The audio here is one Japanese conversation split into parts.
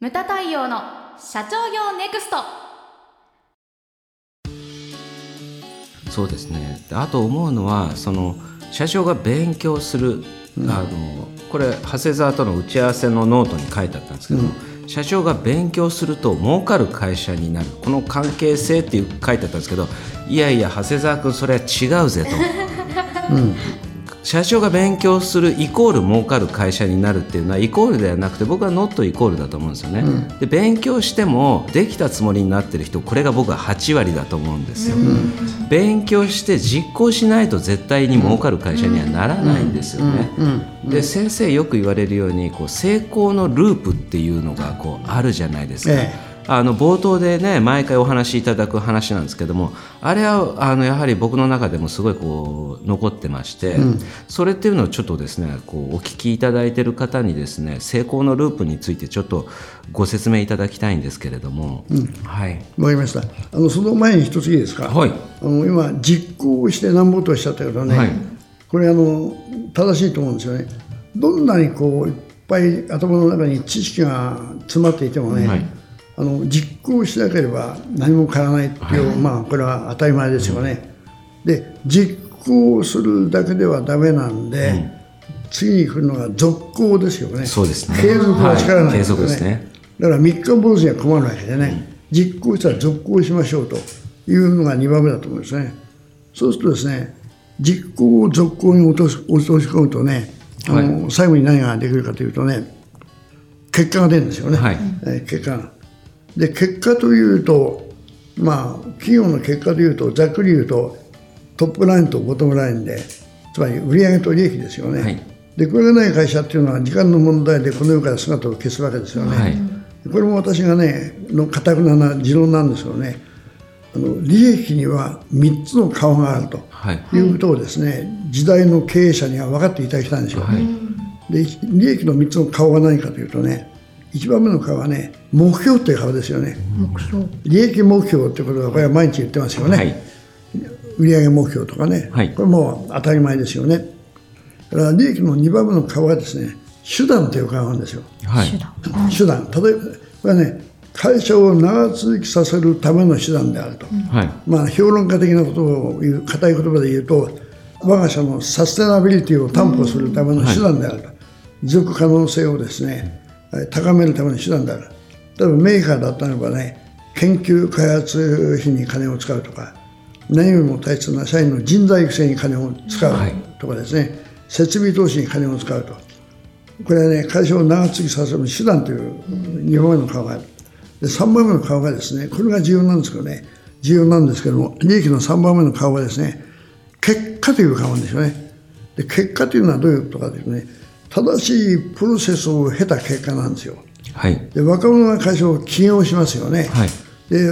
ムタ太陽の社長業ネクスト。 そうですね。あと思うのはその社長が勉強する、これ長谷沢との打ち合わせのノートに書いてあったんですけど、社長が勉強すると儲かる会社になる、この関係性っていう書いてあったんですけど、いやいや長谷沢君それは違うぜと、社長が勉強するイコール儲かる会社になるっていうのはイコールではなくて、僕はノットイコールだと思うんですよね、で勉強してもできたつもりになってる人、これが僕は8割だと思うんですよ、勉強して実行しないと絶対に儲かる会社にはならないんですよね、で先生よく言われるようにこう成功のループっていうのがこうあるじゃないですか、冒頭でね毎回お話しいただく話なんですけども、あれはやはり僕の中でもすごいこう残ってまして、それっていうのをちょっとですねこうお聞きいただいている方にですね、成功のループについてちょっとご説明いただきたいんですけれども。はい、 わかりました。その前に一ついいですか。 はい、 今実行してなんぼとおっしゃったけどね、これ正しいと思うんですよね。どんなにこういっぱい頭の中に知識が詰まっていてもね、実行しなければ何も変わらないっていう、これは当たり前ですよね、で実行するだけではダメなんで、次に来るのが続行ですよね。 そうですね、 継続は力ないですよね、 継続ですね。 だから三日坊主には困るわけでね、実行したら続行しましょうというのが2番目だと思うんですね。そうするとですね、実行を続行に落とし込むとね、最後に何ができるかというとね、結果が出るんですよね、結果が。で結果というと、企業の結果というとざっくり言うとトップラインとボトムラインで、つまり売上と利益ですよね、でこれがない会社っていうのは時間の問題でこの世から姿を消すわけですよね、これも私がねの堅くな持論なんですけどね、利益には3つの顔があるということをですね、時代の経営者には分かっていただきたいんですよ、で利益の3つの顔が何かというとね、1番目の顔はね、目標っていう顔ですよね。利益目標ってことはこれは毎日言ってますよね、売上目標とかね、これも当たり前ですよね。だから利益の2番目の顔はですね、手段という顔なんですよ、手段。例えばこれはね、会社を長続きさせるための手段であると、評論家的なことを言う、固い言葉で言うと、我が社のサステナビリティを担保するための手段であると、持続可能性をですね高めるための手段である。例えばメーカーだったらばね、研究開発費に金を使うとか、何よりも大切な社員の人材育成に金を使うとかですね、設備投資に金を使うと、これはね、会社を長続きさせる手段という2番目の顔がある。で3番目の顔がですね、これが重要なんですけどね、重要なんですけども、利益の3番目の顔がですね、結果という顔なんですよね。で結果というのはどういうことかというとね、正しいプロセスを経た結果なんですよ、で若者が会社を起業しますよね、で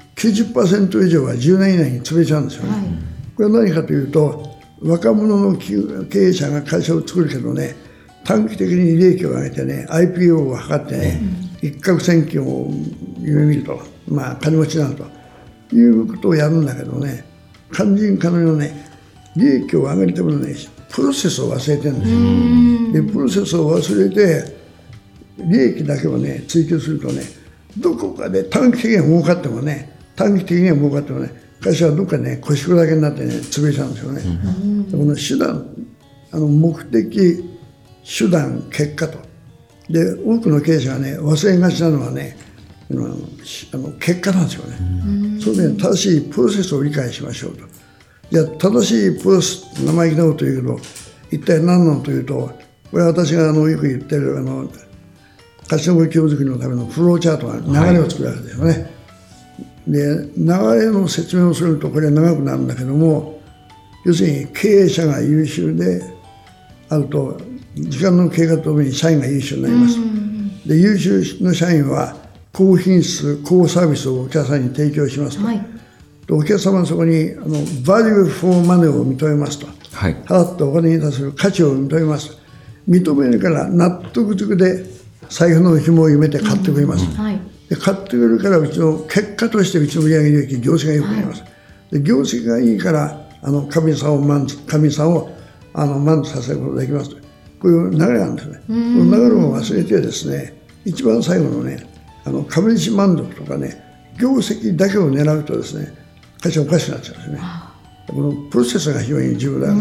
90% 以上は10年以内に潰れちゃうんですよね、これは何かというと、若者の経営者が会社を作るけどね、短期的に利益を上げてね IPO を図ってね、一攫千金を夢見ると、金持ちになるということをやるんだけどね、肝心要のね、利益を上げるためのねプロセスを忘れてるんですよ。でプロセスを忘れて利益だけをね追求するとね、どこかで短期的には儲かってもね、会社はどっかね腰砕けになってね潰れちゃうんですよね。この手段、目的、手段、結果と。で多くの経営者がね忘れがちなのはね、結果なんですよね。それで正しいプロセスを理解しましょうと。じゃあ正しいプロセス、生意気なことを言うけど一体何なのというと、これは私がよく言ってる勝ち残り作りのためのフローチャートが流れを作るわけですよね、で流れの説明をするとこれは長くなるんだけども、要するに経営者が優秀であると時間の経過とともに社員が優秀になります。で優秀な社員は高品質高サービスをお客さんに提供しますと、お客様はそこにバリューフォーマネーを認めますと、払ったお金に対する価値を認めます。認めるから納得づくで財布の紐を埋めて買ってくれます、で買ってくれるからうちの結果としてうちの売上利益業績が良くなります、で業績がいいから神さんを満足させることができますと、こういう流れなんですね。この流れを忘れてですね、一番最後のね株主満足とかね、業績だけを狙うとですね、会社おかしくなっちゃうんですね。このプロセスが非常に重要だから、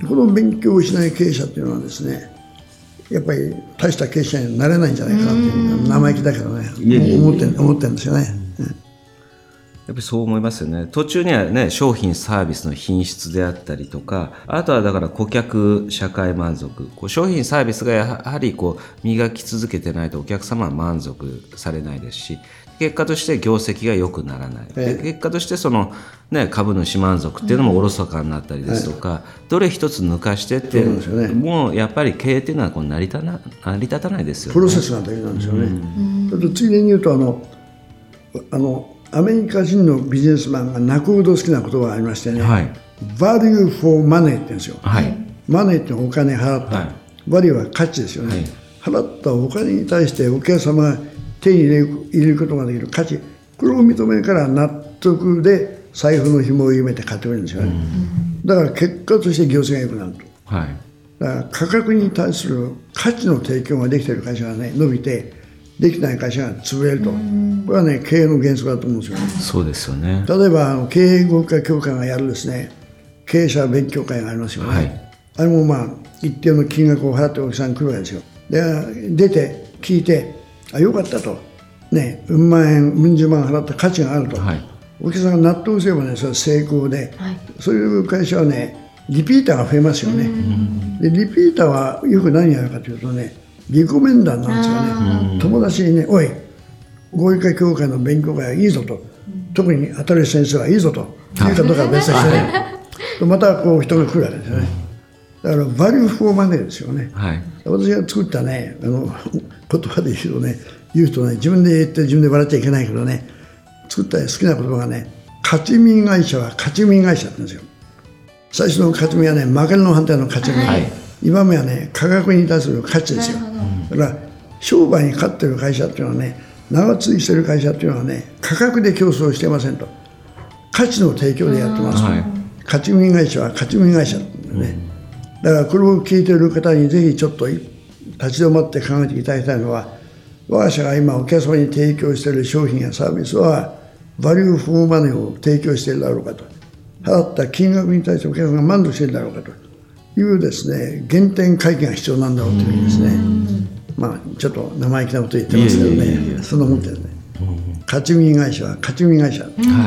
この勉強をしない経営者っていうのはですね、やっぱり大した経営者になれないんじゃないかなっていう、生意気だけどね、思ってるんですよね。 やっぱりそう思いますよね。途中にはね、商品サービスの品質であったりとか、あとはだから顧客社会満足、商品サービスがやはり磨き続けてないとお客様は満足されないですし、結果として業績が良くならない、結果として株主満足っていうのもおろそかになったりですとか、どれ一つ抜かしてって、もうやっぱり経営っていうのは成り立たないですよね。 プロセスが大事なんですよね。ついでに言うとアメリカ人のビジネスマンが泣くほど好きな言葉がありましてね、Value for money って言うんですよ。マネーってお金払った、Value は価値ですよね。払ったお金に対してお客様が手に入れることができる価値、これを認めるから納得で財布の紐を緩めて買ってくれるんですよね。だから結果として業績が良くなると。だから価格に対する価値の提供ができている会社がね、伸びて、できない会社が潰れると。これはね、経営の原則だと思うんですよね。 そうですよね。 例えば経営合会協会がやるですね、経営者勉強会がありますよね。あれも一定の金額を払ってお客さんが来るわけですよ。で、出て聞いて、よかったと、ね、うん万円、うん十万払った価値があると、お客さんが納得すればね、それは成功で、そういう会社はね、リピーターが増えますよね。で、リピーターはよく何やるかというとね、リコメンダーなんですよね。友達にね、おい、合議会協会の勉強会はいいぞと、特に新しい先生はいいぞと言うかどうかは別としてね、また人が来るわけですよね。だからバリューフォーマネーですよね。私が作ったね、言葉で言うとね、自分で言って自分で笑っちゃいけないけどね、作った好きな言葉がね、勝ち身会社は勝ち身会社って言うんですよ。最初の勝ち身はね、負けの反対の勝ち身。2番目はね、価格に対する価値ですよ。だから商売に勝っている会社っていうのはね、長続きしている会社っていうのはね、価格で競争していませんと、価値の提供でやってますと、勝ち身会社は勝ち身会社なんだよね。だからこれを聞いている方にぜひちょっと立ち止まって考えていただきたいのは、我が社が今お客様に提供している商品やサービスはバリューフォーマネーを提供しているだろうかと、払った金額に対してお客様が満足しているだろうかというですね、原点回帰が必要なんだろうというふうにですね、ちょっと生意気なこと言ってますけどね、そんなもんですね。勝ち身会社は勝ち身会社、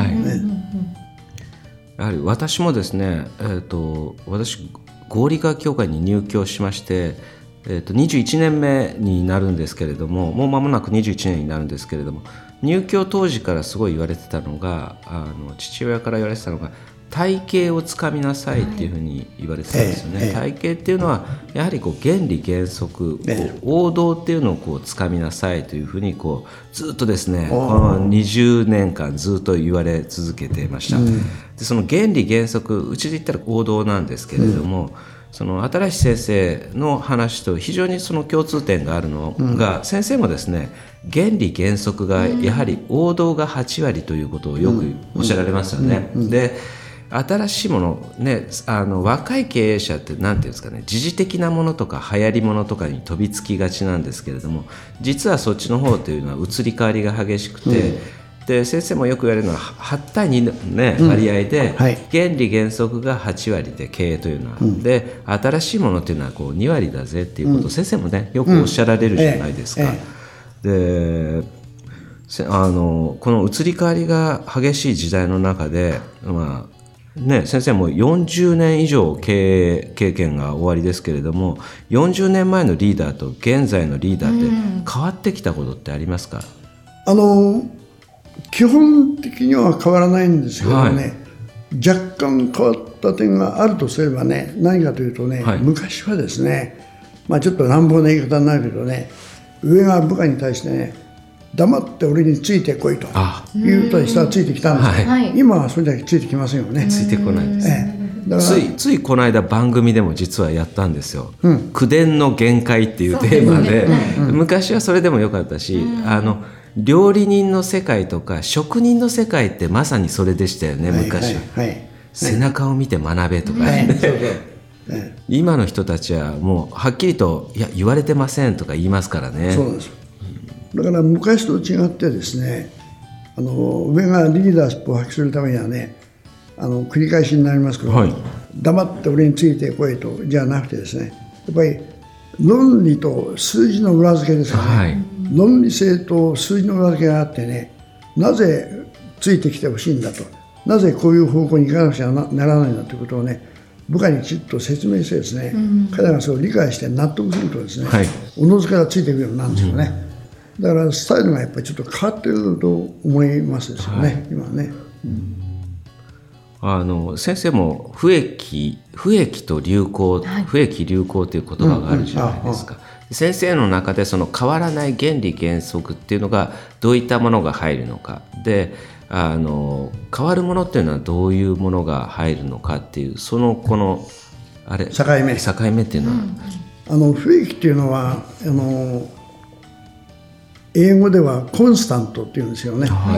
やはり私もですね、私合理化協会に入居しまして、21年目になるんですけれども、もう間もなく21年になるんですけれども、入居当時からすごい言われてたのが、父親から言われてたのが、体系をつかみなさいっていうふうに言われてたんですよね。体系っていうのはやはり原理原則、王道っていうのをつかみなさいというふうにずっとですね、この20年間ずっと言われ続けていました。でその原理原則、うちで言ったら王道なんですけれども、その新しい先生の話と非常にその共通点があるのが、先生もですね、原理原則がやはり王道が8割ということをよくおっしゃられますよね。で新しいものね、若い経営者って何ていうんですかね、時事的なものとか流行りものとかに飛びつきがちなんですけれども、実はそっちの方というのは移り変わりが激しくて、で先生もよく言われるのは8対2の、ね、割合で、原理原則が8割で経営というのは、で新しいものというのは2割だぜっていうことを先生もねよくおっしゃられるじゃないですか。でこの移り変わりが激しい時代の中で、先生も40年以上経営経験がおありですけれども、40年前のリーダーと現在のリーダーって変わってきたことってありますか？ 基本的には変わらないんですけどね、若干変わった点があるとすればね、何かというとね、昔はですね、ちょっと乱暴な言い方になるけどね、上が部下に対してね、黙って俺についてこいと言うと下はついてきたんですけど、今はそれだけついてきませんよね。 ついてこないです。だからついこの間番組でも実はやったんですよ。口伝の限界っていうテーマで、昔はそれでもよかったし、料理人の世界とか職人の世界ってまさにそれでしたよね、昔は。背中を見て学べとか、今の人たちはもうはっきりといや言われてませんとか言いますからね。 そうです。 だから昔と違ってですね、上がリーダーシップを発揮するためにはね、繰り返しになりますけど、 はい、 黙って俺についてこいとじゃなくてですね、やっぱり論理と数字の裏付けですよね、 はい、 論理性と数字の裏付けがあってね、なぜついてきてほしいんだと、なぜこういう方向に行かなくちゃならないんだということをね、部下にきちっと説明してですね、彼らがそれを理解して納得するとですね、 はい、 おのずからついていくようになるんですよね、だからスタイルがやっぱりちょっと変わっていると思いますですよね、はい、今ね。 先生も不易と流行、不易流行という言葉があるじゃないですか。先生の中でその変わらない原理原則っていうのがどういったものが入るのかで、変わるものっていうのはどういうものが入るのかっていう、そのこのあれ境目っていうのは、 不易っていうのは英語ではコンスタントっていうんですよね、はい、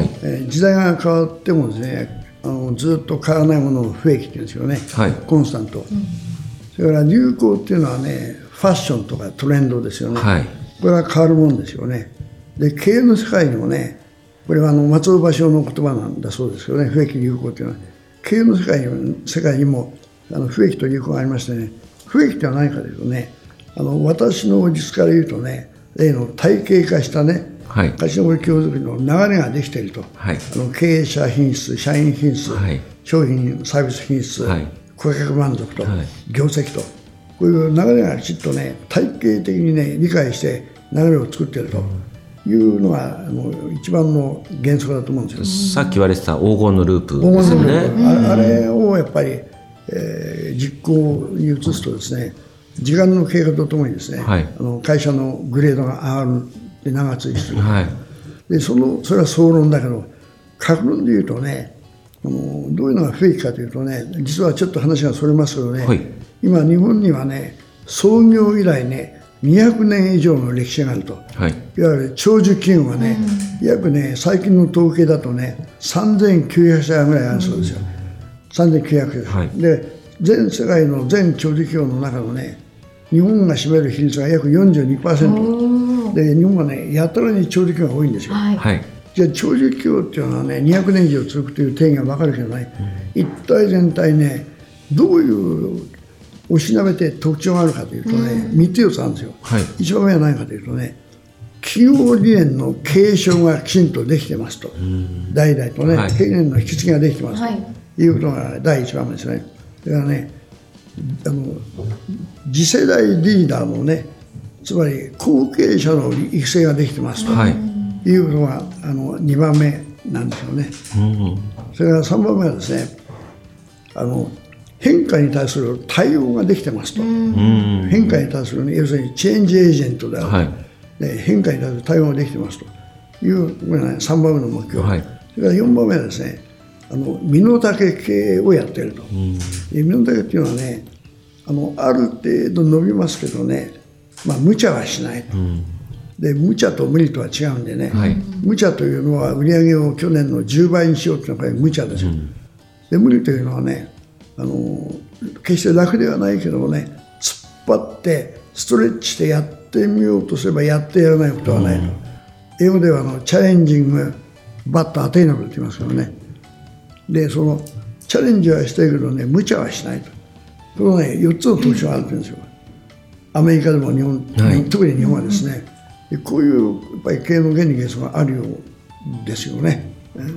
時代が変わってもですね、ずっと変わらないものを不易っていうんですよね、はい、コンスタント、それから流行っていうのはね、ファッションとかトレンドですよね、はい、これは変わるもんですよね。で、経営の世界にもね、これは松尾芭蕉の言葉なんだそうですけどね、不易流行っていうのは経営の世界にも不易と流行がありましてね、不易ってのは何かというとね、私の実から言うとね、例の体系化したね、はい、勝ち残り企業づくりの流れができていると、はい、経営者品質、社員品質、はい、商品サービス品質、はい、顧客満足と、はい、業績と、こういう流れがきちっとね、体系的にね、理解して流れを作っているというのが一番の原則だと思うんですよ。さっき言われてた黄金のループですよね。 あれをやっぱり、実行に移すとですね、時間の経過とともにですね、はい、会社のグレードが上がるって長続きする、はい、でそれは総論だけど、格論でいうとね、どういうのが不易かというとね、実はちょっと話がそれますけどね、はい、今日本にはね、創業以来ね200年以上の歴史があると、はい、いわゆる長寿企業はね、約ね、最近の統計だとね3900社ぐらいあるそうですよ、3900社、はい、で全世界の全長寿企業の中のね、日本が占める比率が約 42% で、日本はね、やたらに長寿企業が多いんですよ、はい、じゃあ長寿企業っていうのはね、200年以上続くという定義が分かるけどね、一体全体ね、どういうおしなべて特徴があるかというとね、3つ4つあるんですよ、はい、一番目は何かというとね、企業理念の継承がきちんとできてますと、代々とね、はい、経年の引き継ぎができてますということが第一番目ですね。だからね、次世代リーダーのね、つまり後継者の育成ができてますと、はい、いうことが2番目なんですよね、それから3番目はですね、変化に対する対応ができてますと、変化に対する、ね、要するにチェンジエージェントである、はい、で変化に対する対応ができてますというのが、ね、3番目の目標、はい、それから4番目はですね、身の丈経営をやっていると、身の丈っていうのはね、ある程度伸びますけどね、無茶はしないと、で無茶と無理とは違うんでね、はい、無茶というのは売り上げを去年の10倍にしようというのが無茶ですよ、で無理というのはね、決して楽ではないけどもね、突っ張ってストレッチしてやってみようとすればやってやらないことはないと、英語ではチャレンジングバットアテイナブルって言いますけどね、でそのチャレンジはしたいけどね、無茶はしないと、このね4つの特徴があるんですよ、アメリカでも日本、はい、特に日本はですね、でこういうやっぱり経営の原理原則があるようですよね。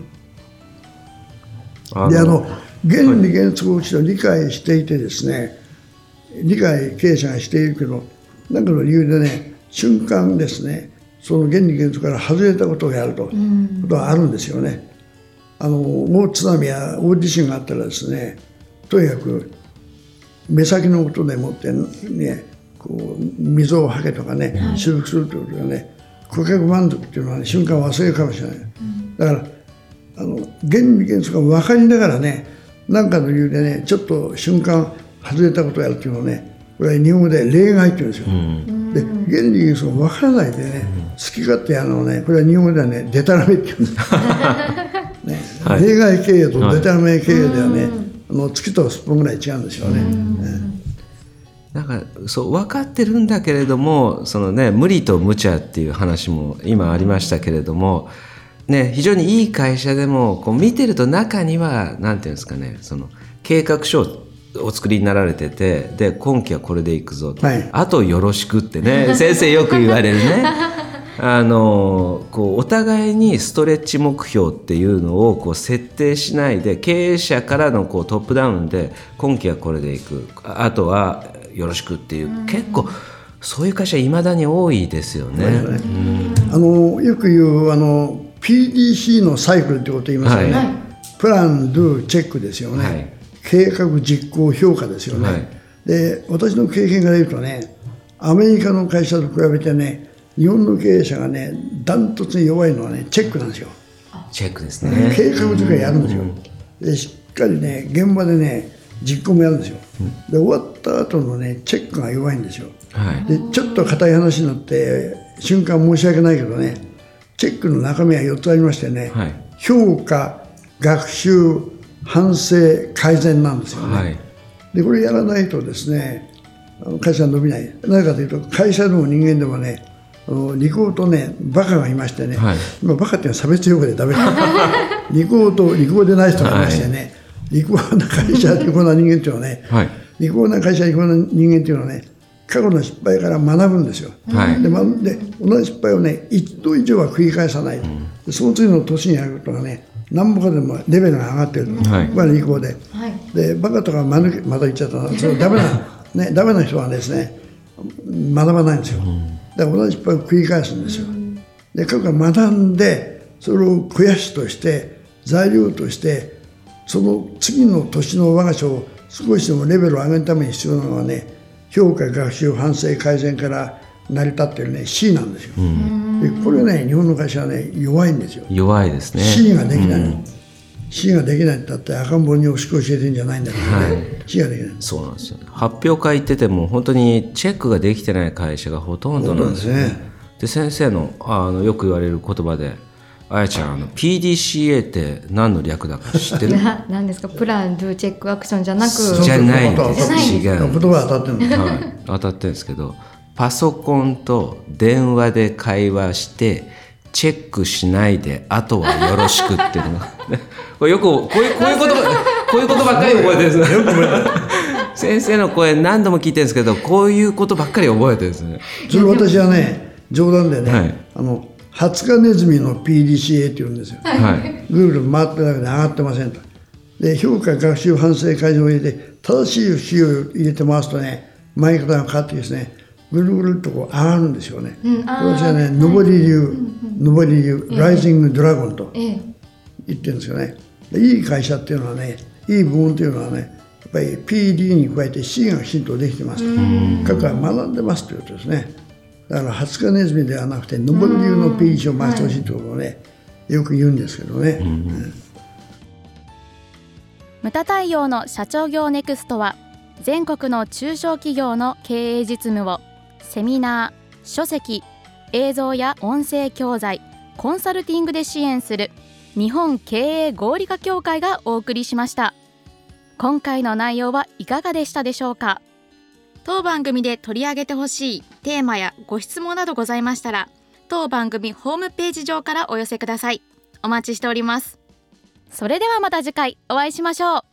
で原理原則を一度理解していてですね、経営者がしているけど、何かの理由でね、瞬間ですね、その原理原則から外れたことをやるということがあるんですよね。大津波や大地震があったらですね、とにかく目先のことでもってね、こう水をはけとかね、修復するということがね、顧客満足っていうのは、ね、瞬間忘れるかもしれない。だから原理原則が分かりながらね、何かの理由でね、ちょっと瞬間外れたことをやるっていうのをね、これは日本語で例外っていうんですよ。で原理原則が分からないでね、好き勝手やるのをね、これは日本語ではね、デタラメっていうんですね、はい、例外経営とデタラメ経営ではね、月とスッポンぐらい違うんですよね。 なんかそう分かってるんだけれども、そのね、無理と無茶っていう話も今ありましたけれども、ね、非常にいい会社でもこう見てると中にはなんていうんですかね、その計画書をお作りになられてて、で今期はこれでいくぞと、 はい、 あとよろしくってね先生よく言われるねこうお互いにストレッチ目標っていうのをこう設定しないで、経営者からのこうトップダウンで今期はこれでいく、あとはよろしくっていう、結構そういう会社いまだに多いですよね。 よく言うPDC のサイクルってことを言いますよね、はい、プラン、ドゥ、チェックですよね、はい、計画、実行、評価ですよね、はい、で私の経験から言うとね、アメリカの会社と比べてね、日本の経営者がねダントツに弱いのはねチェックなんですよ。 チェックですね。 計画とかやるんですよ、でしっかりね現場でね実行もやるんですよ、で終わった後のねチェックが弱いんですよ、はい、でちょっと硬い話になって瞬間申し訳ないけどね、チェックの中身は4つありましてね、はい、評価、学習、反省、改善なんですよね、はい、でこれやらないとですね会社は伸びない。なぜかというと会社でも人間でもね、利口とねバカがいましてね、はい、今バカっていうのは差別用語でダメだ利口と利口でない人がいましてね、はい、利口な会社、利口な人間っていうのはね、はい、利口な会社、利口な人間っていうのはね、過去の失敗から学ぶんですよ、はい、で同じ失敗をね一度以上は繰り返さない、でその次の年にやることがね何ぼかでもレベルが上がってると、はい、これは利口で、はい、でバカとかまだ言っちゃったな、そのダメな人はですね学ばないんですよ。だから同じ失敗を繰り返すんですよ。で過去が学んでそれを肥やしとして材料としてその次の年の我が社を少しでもレベルを上げるために必要なのはね、評価、学習、反省、改善から成り立っているね C なんですよ。でこれね日本の会社はね弱いんですよ。 弱いですね。 C ができない、C ができないってだって赤ん坊におしく教えてるんじゃないんだけどね、はい、C ができない。 そうなんですよね。発表会行ってても本当にチェックができてない会社がほとんどなんですよね。で先生のよく言われる言葉で、あやちゃんPDCA って何の略だか知ってる？ 何ですか？プラン、ドゥ、チェック、アクションじゃなく、 じゃないんです。違う。 言葉当たってるんです、 はい、当たってるんですけど、パソコンと電話で会話してチェックしないであとはよろしくっていうのがこれよくこういうことばっかり覚えてるんですよ先生の声何度も聞いてるんですけど、こういうことばっかり覚えてるんですね。 それ私はね冗談でね、はい、20日ネズミの PDCA って言うんですよ、はい、ぐるぐる回ってるだけで上がってませんと。で評価、学習、反省、改善を入れて正しい節を入れて回すとね、回り方が変わってですね、ぐるぐるっとこう上がるんですよね、私はね上り流、ライジングドラゴンと言ってるんですよね。でいい会社っていうのはね、いい部門っていうのはね、やっぱり PD に加えて C がきちんとできてますと、各は学んでますということですね。だから20日ネズミではなくて上り流の PDC を回してほしいということをね、よく言うんですけどね。 ムタ太陽の社長業ネクストは、全国の中小企業の経営実務をセミナー、書籍、映像や音声教材、コンサルティングで支援する日本経営合理化協会がお送りしました。今回の内容はいかがでしたでしょうか？当番組で取り上げてほしいテーマやご質問などございましたら、当番組ホームページ上からお寄せください。お待ちしております。それではまた次回お会いしましょう。